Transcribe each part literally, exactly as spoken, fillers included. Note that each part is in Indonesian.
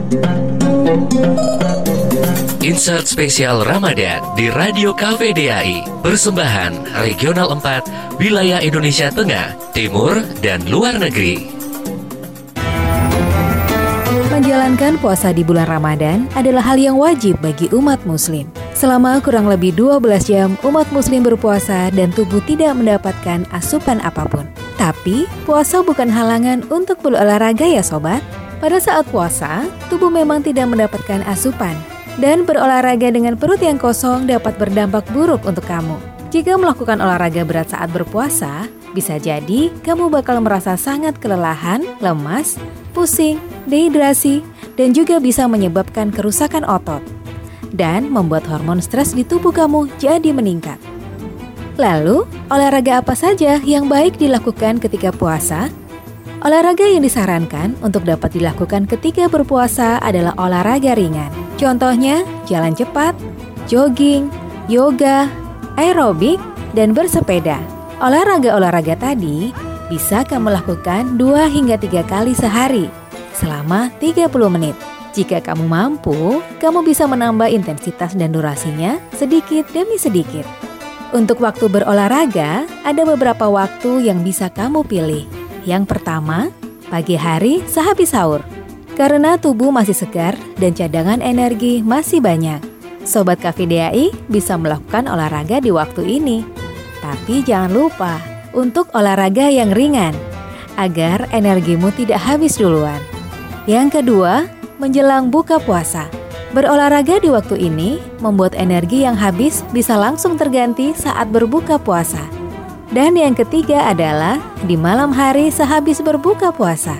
Insert spesial Ramadan di Radio K V D A I. Persembahan Regional empat, Wilayah Indonesia Tengah, Timur, dan Luar Negeri. Menjalankan puasa di bulan Ramadan adalah hal yang wajib bagi umat muslim. Selama kurang lebih dua belas jam, umat muslim berpuasa dan tubuh tidak mendapatkan asupan apapun. Tapi, puasa bukan halangan untuk berolahraga ya sobat. Pada saat puasa, tubuh memang tidak mendapatkan asupan. Dan berolahraga dengan perut yang kosong dapat berdampak buruk untuk kamu. Jika melakukan olahraga berat saat berpuasa, bisa jadi kamu bakal merasa sangat kelelahan, lemas, pusing, dehidrasi, dan juga bisa menyebabkan kerusakan otot. Dan membuat hormon stres di tubuh kamu jadi meningkat. Lalu, olahraga apa saja yang baik dilakukan ketika puasa? Olahraga yang disarankan untuk dapat dilakukan ketika berpuasa adalah olahraga ringan. Contohnya, jalan cepat, jogging, yoga, aerobik, dan bersepeda. Olahraga-olahraga tadi bisa kamu lakukan dua hingga tiga kali sehari selama tiga puluh menit. Jika kamu mampu, kamu bisa menambah intensitas dan durasinya sedikit demi sedikit. Untuk waktu berolahraga, ada beberapa waktu yang bisa kamu pilih. Yang pertama, pagi hari sehabis sahur. Karena tubuh masih segar dan cadangan energi masih banyak, Sobat K V D A I bisa melakukan olahraga di waktu ini. Tapi jangan lupa untuk olahraga yang ringan, agar energimu tidak habis duluan. Yang kedua, menjelang buka puasa. Berolahraga di waktu ini membuat energi yang habis bisa langsung terganti saat berbuka puasa. Dan yang ketiga adalah di malam hari sehabis berbuka puasa.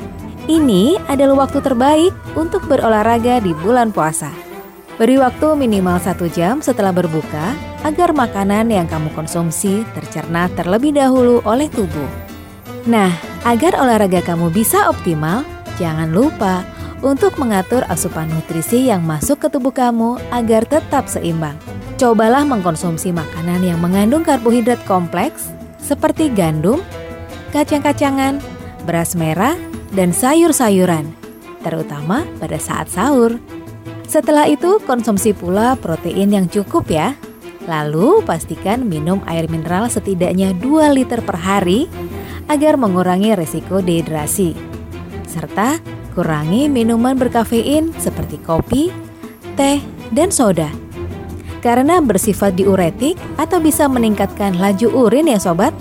Ini adalah waktu terbaik untuk berolahraga di bulan puasa. Beri waktu minimal satu jam setelah berbuka agar makanan yang kamu konsumsi tercerna terlebih dahulu oleh tubuh. Nah, agar olahraga kamu bisa optimal, jangan lupa untuk mengatur asupan nutrisi yang masuk ke tubuh kamu agar tetap seimbang. Cobalah mengkonsumsi makanan yang mengandung karbohidrat kompleks seperti gandum, kacang-kacangan, beras merah, dan sayur-sayuran, terutama pada saat sahur. Setelah itu, konsumsi pula protein yang cukup ya. Lalu, pastikan minum air mineral setidaknya dua liter per hari agar mengurangi resiko dehidrasi. Serta, kurangi minuman berkafein seperti kopi, teh, dan soda. Karena bersifat diuretik atau bisa meningkatkan laju urin ya sobat.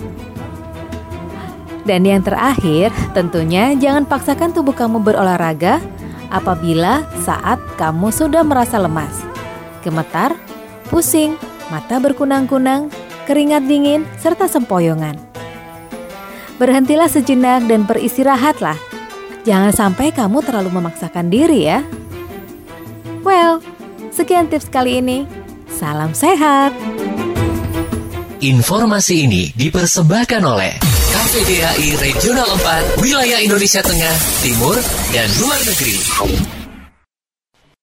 Dan yang terakhir, tentunya jangan paksakan tubuh kamu berolahraga apabila saat kamu sudah merasa lemas, gemetar, pusing, mata berkunang-kunang, keringat dingin, serta sempoyongan. Berhentilah sejenak dan beristirahatlah. Jangan sampai kamu terlalu memaksakan diri ya. Well, sekian tips kali ini. Salam sehat. Informasi ini dipersembahkan oleh K V D A I Regional empat, Wilayah Indonesia Tengah, Timur, dan Luar Negeri.